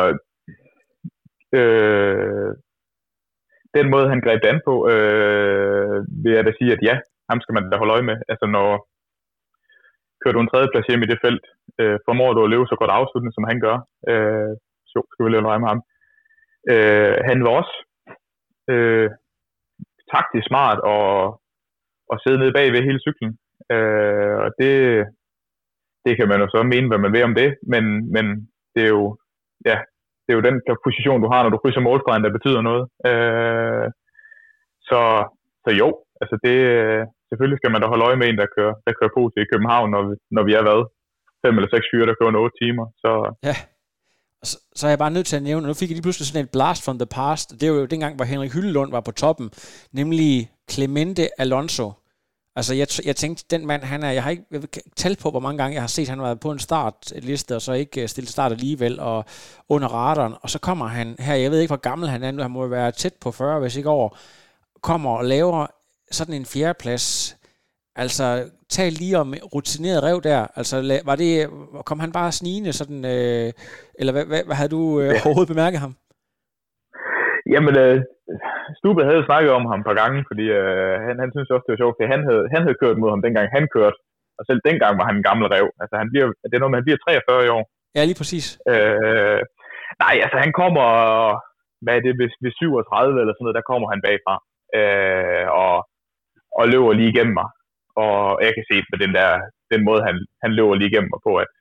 øh den måde, han greb det an på, øh, vil jeg da sige, at ja, ham skal man da holde øje med. Altså, når kører du en tredjeplads hjem i det felt, øh, formår du at løbe så godt afslutning, som han gør, øh, så skal vi løbe øje med ham. Øh, han var også øh, taktisk smart og, og sidde nede bag ved hele cyklen. Øh, og det, det kan man jo så mene, hvad man vil om det, men, men det er jo, ja, det er jo den position, du har, når du krydser målstregen, der betyder noget. Øh, så, så jo, altså det, selvfølgelig skal man da holde øje med en, der kører, der kører på til København, når vi, når vi er hvad? Fem eller seks fyre, der kører otte timer. Så. Ja, så, så er jeg bare nødt til at nævne, og nu fik jeg lige pludselig sådan et blast from the past. Det var jo dengang, hvor Henrik Hyldelund var på toppen, nemlig Clemente Alonso. Altså, jeg, jeg tænkte, den mand, han er, jeg har ikke jeg talt på, hvor mange gange jeg har set, han har været på en startliste, og så ikke stillet start alligevel, og under radaren, og så kommer han her, jeg ved ikke, hvor gammel han er nu, han må være tæt på fyrre, hvis ikke over, kommer og laver sådan en fjerdeplads. Altså, tal lige om rutineret rev der, altså, var det, kom han bare snigende sådan, øh, eller hvad, hvad, hvad havde du øh, overhovedet bemærket ham? Jamen, øh, Stube havde snakket om ham et par gange, fordi øh, han, han synes også, det var sjovt, fordi han havde, han havde kørt mod ham, dengang han kørte. Og selv dengang var han en gammel rev. Altså, han bliver, det er noget med, han bliver treogfyrre i år. Ja, lige præcis. Øh, nej, altså, han kommer, hvad er det, ved, ved syvogtredive eller sådan noget, der kommer han bagfra. Øh, og, og løber lige igennem mig. Og jeg kan se på den der, den måde, han, han løber lige igennem mig på, at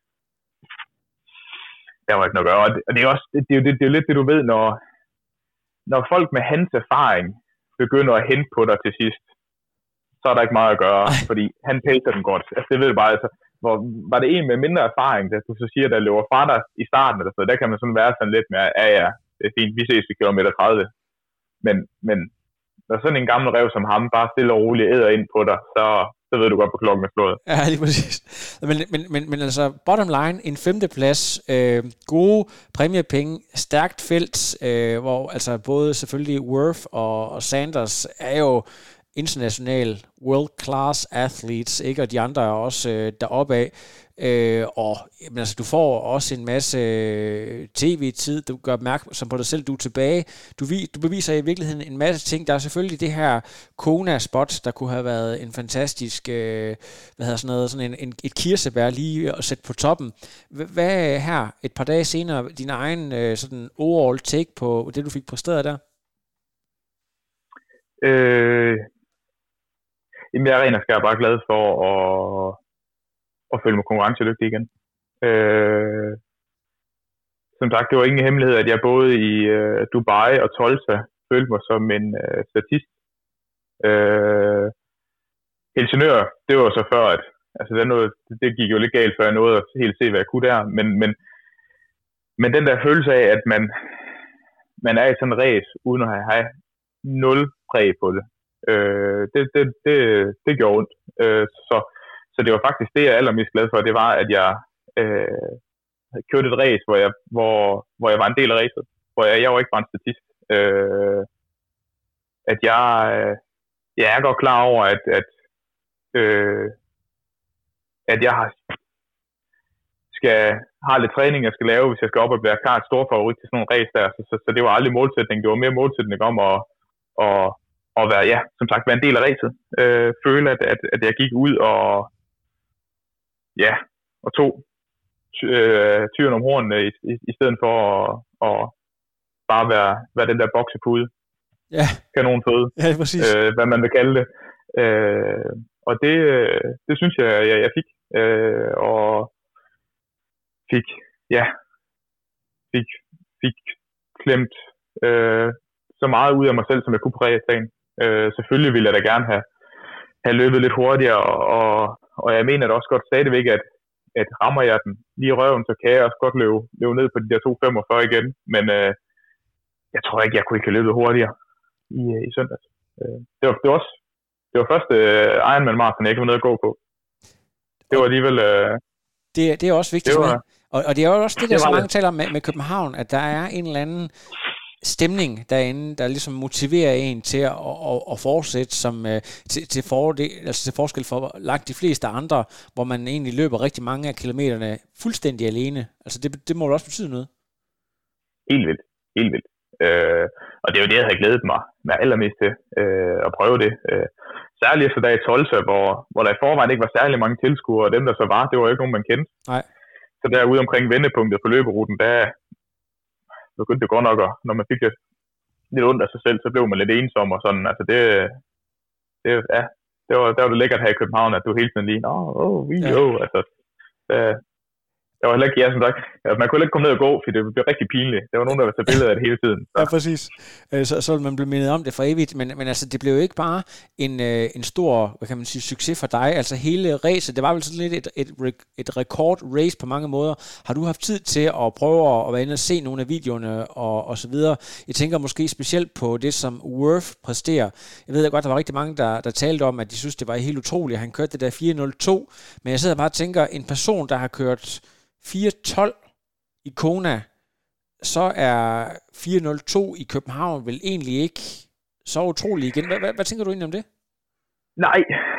der var ikke noget at gøre. Og det er også, det, det, det, det er jo lidt det, du ved, når når folk med hans erfaring begynder at hente på dig til sidst, så er der ikke meget at gøre, Ej. fordi han pacer den godt. Altså, det ved du bare, altså, hvor, var det en med mindre erfaring, der du så siger, der løber fra dig i starten, eller så, der kan man sådan være sådan lidt mere, ja ja, det er fint, vi ses ved kilometer tredive. Men, men når sådan en gammel rev som ham bare stille og roligt æder ind på dig, så, så ved du godt, på klokken er slået. Ja, lige præcis. Men, men, men, men altså, bottom line, en femteplads, øh, gode præmiepenge, stærkt felt, øh, hvor altså både selvfølgelig Worth og, og Sanders er jo international world-class athletes, ikke? Og de andre er også øh, deroppe af. Øh, og jamen, altså, du får også en masse øh, tv-tid, du gør opmærksom på dig selv, du er tilbage. Du, vi, du beviser i virkeligheden en masse ting. Der er selvfølgelig det her Kona-spot, der kunne have været en fantastisk, øh, hvad hedder sådan noget, sådan en, en, et kirsebær lige at sætte på toppen. Hvad her, et par dage senere, din egen øh, sådan overall take på det, du fik præsteret der? Øh, jamen, jeg er ren og skær bare glad for at, at føle mig konkurrencedygtig igen. Øh, som sagt, det var ingen hemmelighed, at jeg både i øh, Dubai og Tulsa følte mig som en øh, statist. Øh, Helsingør, det var så før, at altså, det, noget, det gik jo lidt galt, før jeg nåede at helt se, hvad jeg kunne der. Men, men, men den der følelse af, at man, man er i sådan en race, uden at have, have nul præg på det. Øh, det, det, det, det gjorde ondt. Øh, så, så det var faktisk det, jeg er allermest glad for, det var, at jeg øh, kørte et race, hvor jeg, hvor, hvor jeg var en del af racet. Hvor jeg, jeg var ikke bare en statist. Øh, at jeg, øh, jeg er godt klar over, at, at, øh, at jeg har, skal, har lidt træning, jeg skal lave, hvis jeg skal op og være klart stor favorit til sådan nogle race der. Så, så, så det var aldrig målsætning. Det var mere målsætning om at Og, og være, ja, som sagt, være en del af racet. Øh, føle, at, at, at jeg gik ud og, ja, og tog øh, tyren om hornene i, i, i stedet for at, at bare være, være den der boksepude. Ja. Kanonføde. Ja, præcis. Øh, hvad man vil kalde det. Øh, og det, det synes jeg, jeg, jeg fik. Øh, og fik, ja, fik, fik klemt øh, så meget ud af mig selv, som jeg kunne på racedagen. Øh, selvfølgelig ville jeg da gerne have, have løbet lidt hurtigere, og, og jeg mener da også godt stadigvæk, at, at rammer jeg den lige i røven, så kan jeg også godt løbe, løbe ned på de der to femogfyrre igen, men øh, jeg tror ikke, jeg kunne ikke have løbet hurtigere i, i søndags. Øh, det, var, det var også det var første øh, Ironman marathon, jeg ikke var nede at gå på. Det var alligevel... Øh, det, det er også vigtigt, det var, og, og det er jo også det, der det så mange det. taler om med, med København, at der er en eller anden stemning derinde, der ligesom motiverer en til at, at, at fortsætte som, uh, til, til, fordel, altså til forskel for langt de fleste andre, hvor man egentlig løber rigtig mange af kilometerne fuldstændig alene. Altså det, det må jo også betyde noget. Helt vildt. Helt vildt. Øh, og det er jo det, jeg havde glædet mig med allermest til øh, at prøve det. Øh, særligt efter dag i Tulsa, hvor, hvor der i forvejen ikke var særlig mange tilskuere, og dem der så var, det var jo ikke nogen, man kendte. Nej. Så derude omkring vendepunktet på løberuten, der begyndte det godt nok, og når man fik lidt, lidt ondt af sig selv, så blev man lidt ensom og sådan. Altså det, det ja, det var, det var det lækkert her i København, at du hele tiden lige, åh, åh, vi, ja. åh, altså, det, det var heller ikke, ja, som sagt, man kunne ikke komme ned og gå, for det blev rigtig pinligt. Der var nogen, der var taget billeder af det hele tiden. Så. Ja, præcis. Så, så man blev mindet om det for evigt, men, men altså, det blev jo ikke bare en, en stor, hvad kan man sige, succes for dig. Altså hele racet, det var vel sådan lidt et, et, et rekord-race på mange måder. Har du haft tid til at prøve at være inde og se nogle af videoerne og, og så videre? Jeg tænker måske specielt på det, som Worth præsterer. Jeg ved godt, der var rigtig mange, der, der talte om, at de synes, det var helt utroligt, at han kørte det der fire nul to, men jeg sidder bare og tænker, en person, der har kørt fire tolv i Kona, så er fire nul to i København vel egentlig ikke så utroligt igen. Hvad, hvad, hvad tænker du egentlig om det? Nej,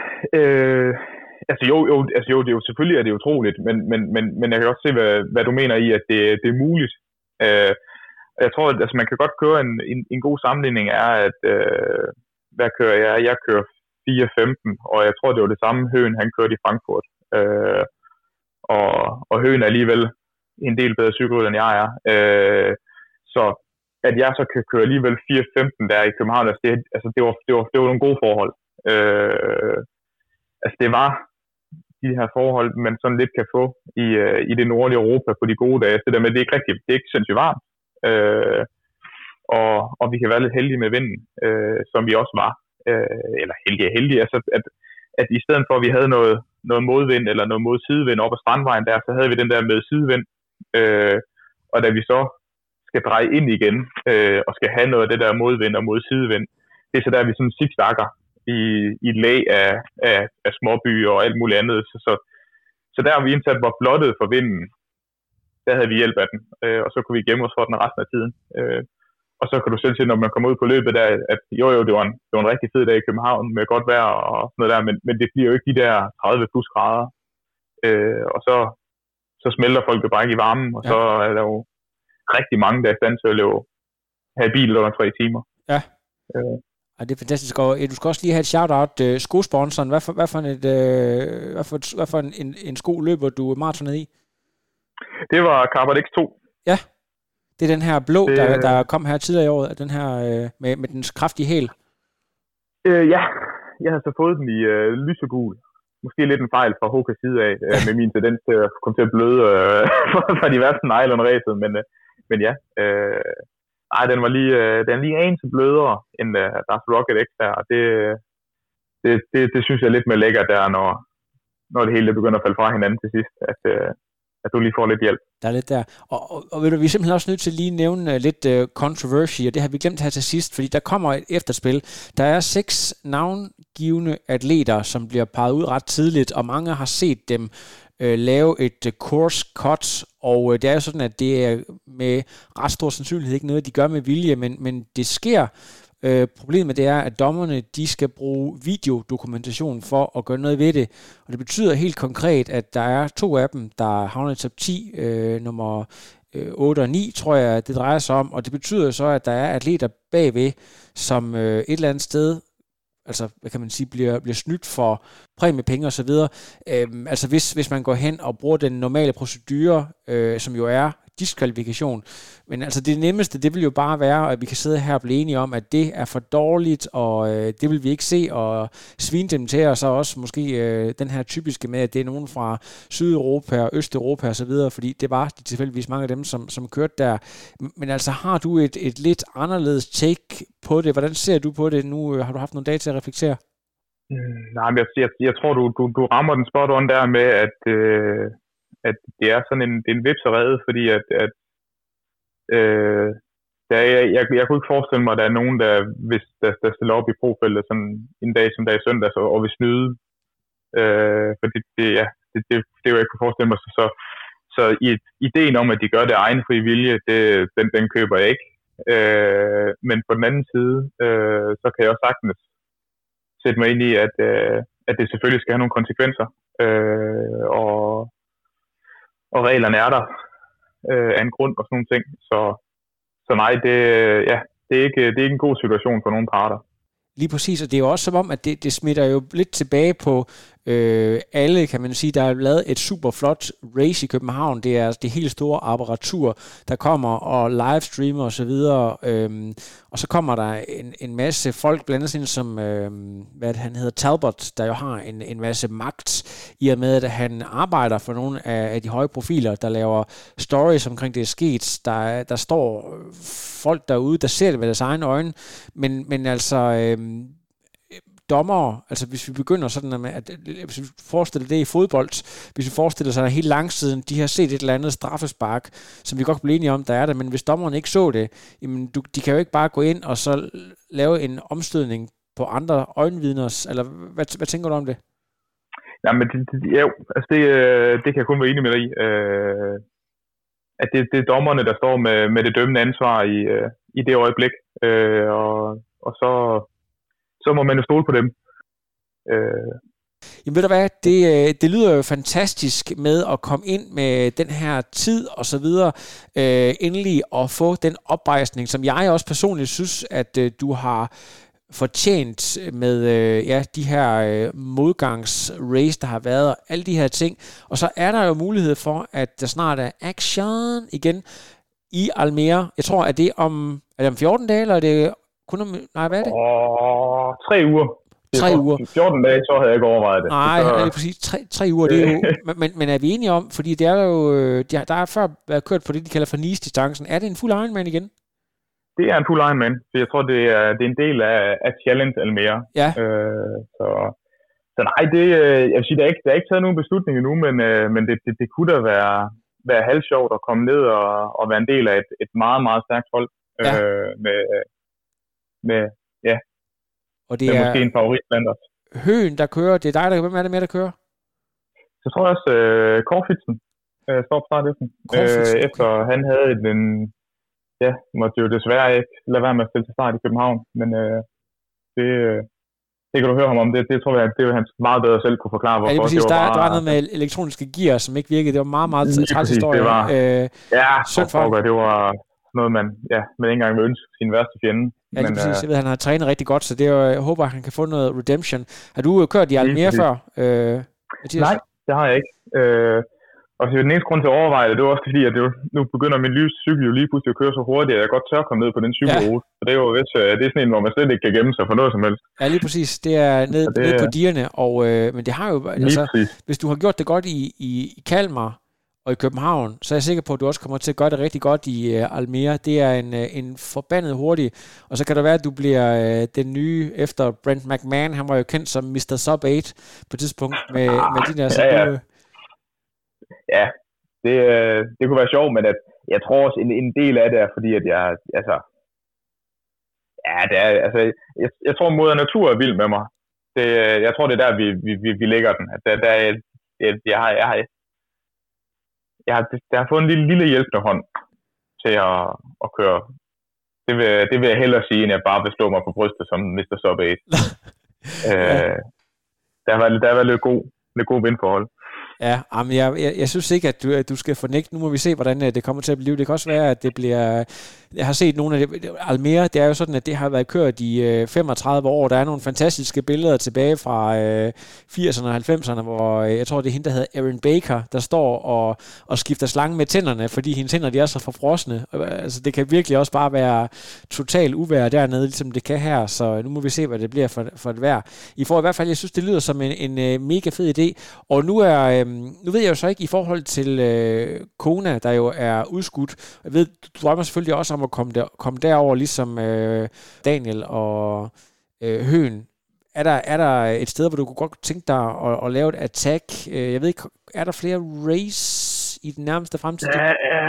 øh, altså jo, jo, altså jo, det er jo selvfølgelig er det utroligt, men, men, men, men jeg kan også se, hvad, hvad du mener i, at det, det er muligt. Øh, jeg tror, at altså, man kan godt køre en, en, en god sammenligning er, at øh, hvad kører jeg? Jeg kører fire femten, og jeg tror, det var det samme Høen, han kørte i Frankfurt. Øh, Og, og Høen er alligevel en del bedre cykelrytter, end jeg er. Øh, så at jeg så kan køre alligevel fire femten der i København, altså det, altså det, var, det, var, det var nogle gode forhold. Øh, altså det var de her forhold, man sådan lidt kan få i, uh, i det nordlige Europa på de gode dage. Det der med, det er ikke rigtigt, det er ikke sindssygt varmt. Øh, og, og vi kan være lidt heldige med vinden, øh, som vi også var. Øh, eller heldige og heldige, altså at, at i stedet for, at vi havde noget, noget modvind eller noget mod sidevind op ad Strandvejen der, så havde vi den der med sidevind. Øh, og da vi så skal dreje ind igen, øh, og skal have noget af det der modvind og mod sidevind, det er så der, vi sådan zigzagger i, i et lag af, af, af småbyer og alt muligt andet. Så, så, så der vi indsat var blottet for vinden, der havde vi hjælp af den, øh, og så kunne vi gemme os for den resten af tiden. Øh, og så kan du selv se, når man kommer ud på løbet der, at jo jo, det var en, det var en rigtig fed dag i København med godt vejr og sådan noget der, men, men det bliver jo ikke de der tredive plus grader. Øh, og så, så smelter folk jo bare ikke i varmen, og ja. Så er der jo rigtig mange, der er i stand til at løbe, have bil under tre timer. Ja. Øh. Ja, det er fantastisk. Og du skal også lige have et shout-out. Uh, skosponsoren, hvad for, hvad for, et, uh, hvad for, hvad for en, en, en sko løber du maratonet i? Det var Carbon X to. Ja, det er den her blå, det, der, der kom her tidligere i året, den her uh, med, med den kraftige hæl. Øh, ja, jeg har så fået den i uh, lysegul. Måske lidt en fejl fra H K's side af, uh, med min tendens til at komme til at bløde uh, fra diverse nylon-ræset, men, uh, men ja... Uh, Nej, den var lige, øh, den er lige en til blødere end øh, deres Rocket X der, og det, det, det, det synes jeg er lidt mere lækkert der, når, når det hele begynder at falde fra hinanden til sidst, at, øh, at du lige får lidt hjælp. Der er lidt der. Og, og, og ved du, vi er simpelthen også nødt til lige at nævne uh, lidt uh, controversy, og det har vi glemt her til sidst, fordi der kommer et efterspil. Der er seks navngivende atleter, som bliver peget ud ret tidligt, og mange har set dem øh, lave et øh, course cut, og øh, det er jo sådan, at det er med ret stor sandsynlighed ikke noget, de gør med vilje, men, men det sker. Øh, problemet det er, at dommerne de skal bruge videodokumentation for at gøre noget ved det, og det betyder helt konkret, at der er to af dem, der havner i top ti, øh, nummer øh, otte og ni, tror jeg, det drejer sig om, og det betyder så, at der er atleter bagved, som øh, et eller andet sted, altså, hvad kan man sige, bliver, bliver snydt for præmiepenge og så videre. Øhm, altså, hvis, hvis man går hen og bruger den normale procedure, øh, som jo er diskvalifikation. Men altså, det nemmeste, det vil jo bare være, at vi kan sidde her og blive enige om, at det er for dårligt, og øh, det vil vi ikke se, og svine dem til, og så også måske øh, den her typiske med, at det er nogen fra Sydeuropa og Østeuropa og så videre, fordi det var de tilfældigvis mange af dem, som, som kørte der. Men altså, har du et, et lidt anderledes take på det? Hvordan ser du på det nu? Har du haft nogle dage til at reflektere? Mm, nej, men jeg, jeg, jeg tror, du, du, du rammer den spot on der med, at øh, at det er sådan en, det er en vipserede, fordi at, at øh, der er, jeg, jeg kunne ikke forestille mig, at der er nogen, der, hvis der, der stiller op i profeltet sådan en dag som dag i søndags, og, og vil snyde. Øh, fordi det, ja, det, det, det er jo ikke kunne forestille mig. Så, så, så i, ideen om, at de gør det egen fri vilje, det, den, den køber jeg ikke. Øh, men på den anden side, øh, så kan jeg også sagtens sætte mig ind i, at, øh, at det selvfølgelig skal have nogle konsekvenser. Øh, og og reglerne er der øh, af en grund og sådan nogle ting. Så, så nej, det, ja, det, er ikke, det er ikke en god situation for nogen parter. Lige præcis, og det er jo også som om, at det, det smitter jo lidt tilbage på øh, alle, kan man sige. Der er lavet et super flot race i København. Det er det helt store apparatur, der kommer og livestreamer og så videre. Øhm, og så kommer der en, en masse folk, blandt andet som, øhm, hvad det, han hedder, Talbot, der jo har en, en masse magt, i og med, at han arbejder for nogle af, af de høje profiler, der laver stories omkring det er sket. Der, der står folk derude, der ser det med deres egne øjne, men, men altså... Øhm, dommere, altså hvis vi begynder sådan med, at hvis vi forestiller det i fodbold, hvis vi forestiller sig, at helt langsiden, de har set et eller andet straffespark, som vi godt kan blive enige om, der er det, men hvis dommerne ikke så det, jamen du, de kan jo ikke bare gå ind og så lave en omstødning på andre øjenvidners, eller hvad, hvad tænker du om det? Ja, men det, det, ja, altså det, det kan jeg kun være enig med dig i. Øh, at det, det er dommerne, der står med, med det dømmende ansvar i, i det øjeblik, øh, og, og så så må man jo stole på dem. Øh. Jamen ved du hvad, det, det lyder jo fantastisk med at komme ind med den her tid og så videre, øh, endelig at få den oprejsning, som jeg også personligt synes, at øh, du har fortjent med øh, ja, de her øh, modgangsrace, der har været, og alle de her ting. Og så er der jo mulighed for, at der snart er action igen i Almere. Jeg tror, at det om, er det om fjorten dage, eller er det kun om, nej, hvad er det? Åh, tre uger. Tre uger. fjorten dage, så havde jeg ikke overvejet det. Nej, så... det er præcis. Tre, tre uger, det er jo... men, men er vi enige om, fordi det er jo... Der er før været kørt på det, de kalder for Nice-distancen. Er det en fuld Ironman igen? Det er en fuld Ironman, for jeg tror, det er, det er en del af, af Challenge Almere. Ja. Øh, så, så nej, det, jeg vil sige, der er ikke, der er ikke taget nogen beslutning endnu, men, men det, det, det kunne da være, være halvsjovt at komme ned og, og være en del af et, et meget, meget stærkt hold. Ja. Øh, med... med, ja, og det er, er måske en favorit blandt os. Høen, der kører, det er dig, der hvem er det med, der kører? Så tror jeg også, uh, Korfitsen uh, står på startlisten. Uh, efter okay. han havde en, ja, måtte jo desværre ikke lade være med at spille til start i København, men øh, det, det kan du høre ham om. Det, det tror jeg, det vil han meget bedre selv kunne forklare, hvorfor. Ja, det er præcis. Det var der, bare, der var noget med elektroniske gear, som ikke virkede. Det var meget, meget træls historie. Det var, øh, ja, synd for. Det var noget, man, ja, man ikke engang vil ønske sin værste fjende. Ja, det er præcis. Jeg ved, han har trænet rigtig godt, så det er, jeg håber, at han kan få noget redemption. Har du kørt i Almere før, øh, Mathias? Nej, det har jeg ikke. Øh, og så den eneste grund til at overveje det, det var også fordi, at det var, nu begynder min livscykel jo lige pludselig at køre så hurtigt, at jeg godt tør komme ned på den cykelrute. Ja. Så det er jo vist, det er sådan en, hvor man slet ikke kan gemme sig for noget som helst. Ja, lige præcis. Det er ned, det, ned på dierne, og, øh, men det har jo, altså, hvis du har gjort det godt i, i, i Kalmar og i København, så er jeg sikker på, at du også kommer til at gøre det rigtig godt i uh, Almere. Det er en, uh, en forbandet hurtig, og så kan det være, at du bliver uh, den nye efter Brent McMahon. Han var jo kendt som mister Sub otte på et tidspunkt med, med de der. Ja, ja. Ja, det, det kunne være sjovt, men at, jeg tror også, en, en del af det er, fordi at jeg, altså, ja, det er, altså, jeg, jeg tror, moder natur er vild med mig. Det, jeg tror, det er der, vi, vi, vi lægger den. At der, der, jeg, jeg, har, jeg, har, jeg, har, jeg har fået en lille, lille hjælpende hånd til at, at køre. Det vil, det vil jeg hellere sige, end jeg bare vil slå mig på brystet som mister Sub otte. øh, der har været, der har været lidt god, lidt god vindforhold. Ja, men jeg, jeg, jeg synes ikke, at du, at du skal fornægte. Nu må vi se, hvordan det kommer til at blive. Det kan også være, at det bliver... Jeg har set nogle af det... Almere, det er jo sådan, at det har været kørt i øh, femogtredive år. Der er nogle fantastiske billeder tilbage fra øh, firserne og halvfemserne, hvor øh, jeg tror, det er hende, der hedder Erin Baker, der står og, og skifter slange med tænderne, fordi hendes tænder, de er så forfrosne. Altså, det kan virkelig også bare være totalt uvejr dernede, ligesom det kan her. Så nu må vi se, hvad det bliver for, for et vejr. I får i hvert fald, jeg synes, det lyder som en, en, en mega fed idé. Og nu er... Øh, Nu ved jeg jo så ikke i forhold til øh, Kona, der jo er udskudt. Jeg ved, du drømmer selvfølgelig også om at komme, der, komme derover, ligesom øh, Daniel og øh, Høen. Er der, er der et sted, hvor du kunne godt tænke dig at, at lave et attack? Jeg ved ikke, er der flere race i den nærmeste fremtid? Ja,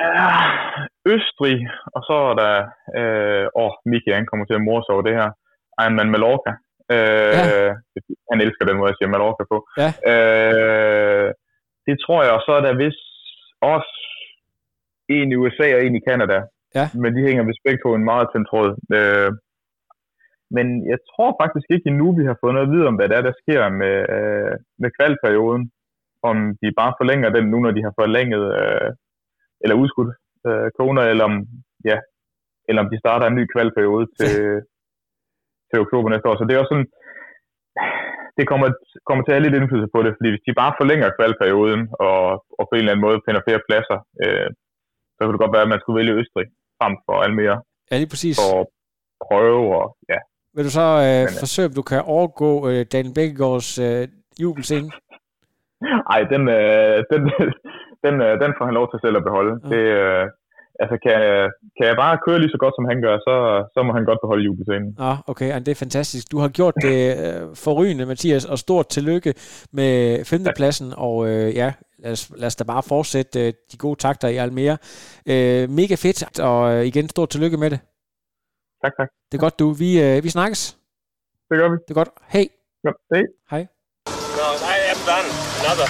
Østrig, og så er der... Øh, åh, Miki, han kommer til at morse over det her. Ironman Mallorca. Øh, ja. Han elsker den måde, jeg siger Mallorca på. Ja. Øh, det tror jeg, og så er der vist også en i U S A og en i Canada. Ja. Men de hænger vist begge på en meget tynd tråd. Øh, men jeg tror faktisk ikke endnu, vi har fået noget at vide om, hvad det er, der sker med, øh, med kvalperioden. Om de bare forlænger den nu, når de har forlænget, øh, eller udskudt øh, Kona, eller om, ja, eller om de starter en ny kvalperiode til... til oktober næste år. Så det er også sådan, det kommer, kommer til at have lidt indflydelse på det, fordi hvis de bare forlænger kvalperioden og, og på en eller anden måde finder flere pladser, øh, så kunne det godt være, at man skulle vælge Østrig frem for Almere. Ja, lige præcis. For at prøve og ja. Vil du så øh, Men, forsøge, at du kan overgå øh, Daniel Bækkegaards øh, jubelscene? Ej, den, øh, den, den, øh, den får han lov til selv at beholde. Ja. Det, øh, Altså, kan jeg, kan jeg bare køre lige så godt, som han gør, så, så må han godt beholde jubelscenen. Ja, okay, det er fantastisk. Du har gjort det øh, forrygende, Mathias, og stort tillykke med femtepladsen, og øh, ja, lad os, lad os da bare fortsætte øh, de gode takter i Almere. Øh, mega fedt, og øh, igen, stort tillykke med det. Tak, tak. Det er godt, du. Vi, øh, vi snakkes. Det gør vi. Det er godt. Hej. Ja, hej. Hej. No, I am done. Another.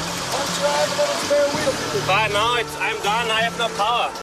But now it's, I'm done. I have no power.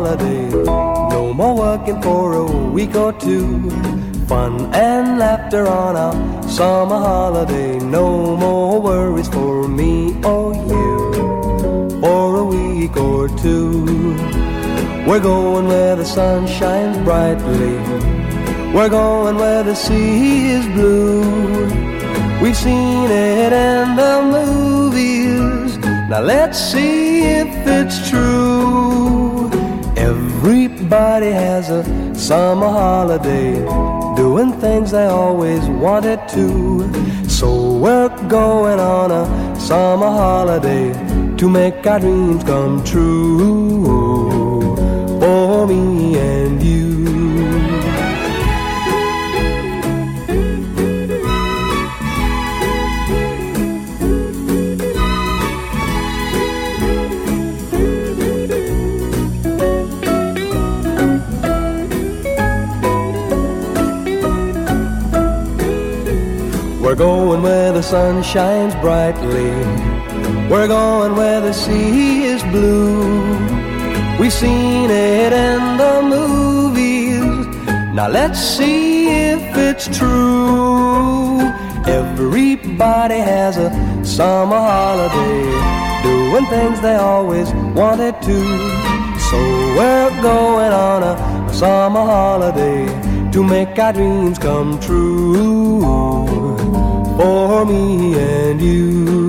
holiday. No more working for a week or two. Fun and laughter on our summer holiday. No more worries for me or you for a week or two. We're going where the sun shines brightly. We're going where the sea is blue. We've seen it in the movies. Now let's see if it's true. Everybody has a summer holiday, doing things they always wanted to. So we're going on a summer holiday to make our dreams come true for me and you. We're going where the sun shines brightly. We're going where the sea is blue. We've seen it in the movies. Now let's see if it's true. Everybody has a summer holiday, doing things they always wanted to. So we're going on a summer holiday to make our dreams come true for me and you.